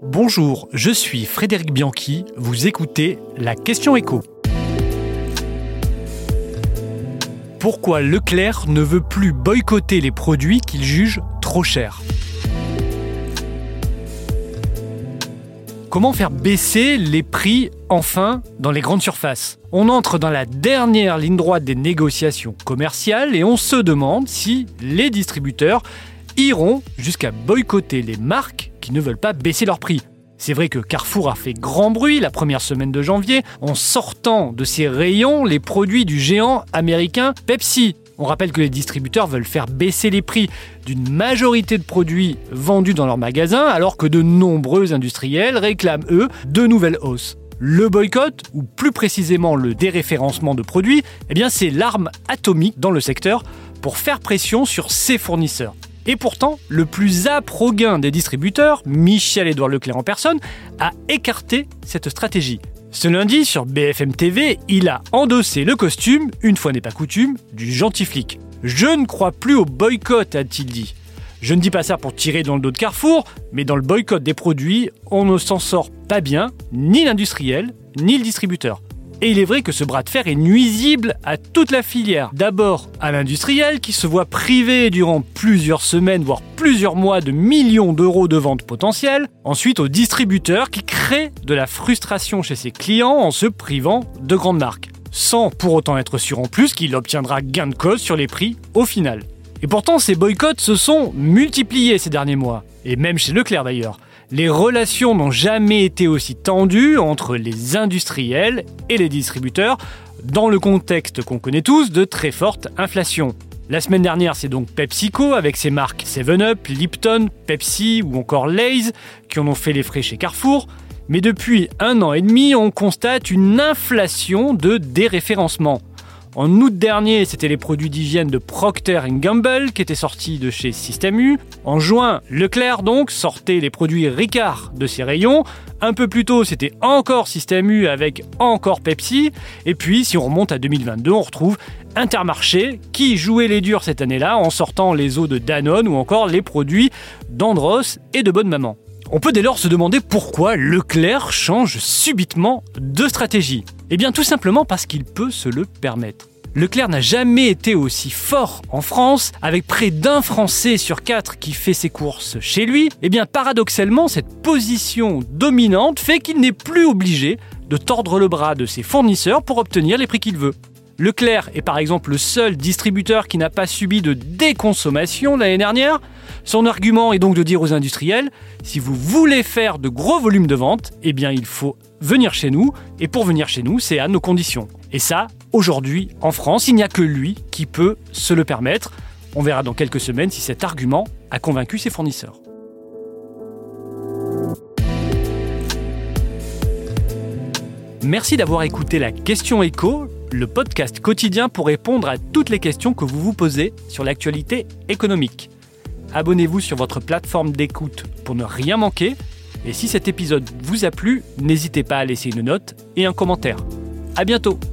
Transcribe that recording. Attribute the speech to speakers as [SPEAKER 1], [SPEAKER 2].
[SPEAKER 1] Bonjour, je suis Frédéric Bianchi, vous écoutez la Question Éco. Pourquoi Leclerc ne veut plus boycotter les produits qu'il juge trop chers ? Comment faire baisser les prix, enfin, dans les grandes surfaces ? On entre dans la dernière ligne droite des négociations commerciales et on se demande si les distributeurs iront jusqu'à boycotter les marques qui ne veulent pas baisser leurs prix. C'est vrai que Carrefour a fait grand bruit la première semaine de janvier en sortant de ses rayons les produits du géant américain Pepsi. On rappelle que les distributeurs veulent faire baisser les prix d'une majorité de produits vendus dans leurs magasins alors que de nombreux industriels réclament, eux, de nouvelles hausses. Le boycott, ou plus précisément le déréférencement de produits, c'est l'arme atomique dans le secteur pour faire pression sur ses fournisseurs. Et pourtant, le plus âpre gain des distributeurs, Michel-Édouard Leclerc en personne, a écarté cette stratégie. Ce lundi, sur BFM TV, il a endossé le costume, une fois n'est pas coutume, du gentil flic. « Je ne crois plus au boycott », a-t-il dit. Je ne dis pas ça pour tirer dans le dos de Carrefour, mais dans le boycott des produits, on ne s'en sort pas bien, ni l'industriel, ni le distributeur. Et il est vrai que ce bras de fer est nuisible à toute la filière. D'abord à l'industriel qui se voit privé durant plusieurs semaines, voire plusieurs mois de millions d'euros de ventes potentielles. Ensuite au distributeur qui crée de la frustration chez ses clients en se privant de grandes marques. Sans pour autant être sûr en plus qu'il obtiendra gain de cause sur les prix au final. Et pourtant ces boycotts se sont multipliés ces derniers mois. Et même chez Leclerc d'ailleurs. Les relations n'ont jamais été aussi tendues entre les industriels et les distributeurs dans le contexte qu'on connaît tous de très forte inflation. La semaine dernière, c'est donc PepsiCo avec ses marques 7-Up, Lipton, Pepsi ou encore Lay's qui en ont fait les frais chez Carrefour. Mais depuis 1 an et demi, on constate une inflation de déréférencement. En août dernier, c'était les produits d'hygiène de Procter & Gamble qui étaient sortis de chez Système U. En juin, Leclerc donc sortait les produits Ricard de ses rayons. Un peu plus tôt, c'était encore Système U avec encore Pepsi. Et puis, si on remonte à 2022, on retrouve Intermarché qui jouait les durs cette année-là en sortant les eaux de Danone ou encore les produits d'Andros et de Bonne Maman. On peut dès lors se demander pourquoi Leclerc change subitement de stratégie. Tout simplement parce qu'il peut se le permettre. Leclerc n'a jamais été aussi fort en France, avec près d'1 Français sur 4 qui fait ses courses chez lui. Paradoxalement, cette position dominante fait qu'il n'est plus obligé de tordre le bras de ses fournisseurs pour obtenir les prix qu'il veut. Leclerc est par exemple le seul distributeur qui n'a pas subi de déconsommation l'année dernière. Son argument est donc de dire aux industriels, si vous voulez faire de gros volumes de vente, il faut venir chez nous. Et pour venir chez nous, c'est à nos conditions. Et ça, aujourd'hui, en France, il n'y a que lui qui peut se le permettre. On verra dans quelques semaines si cet argument a convaincu ses fournisseurs. Merci d'avoir écouté la Question Éco, le podcast quotidien pour répondre à toutes les questions que vous vous posez sur l'actualité économique. Abonnez-vous sur votre plateforme d'écoute pour ne rien manquer. Et si cet épisode vous a plu, n'hésitez pas à laisser une note et un commentaire. À bientôt!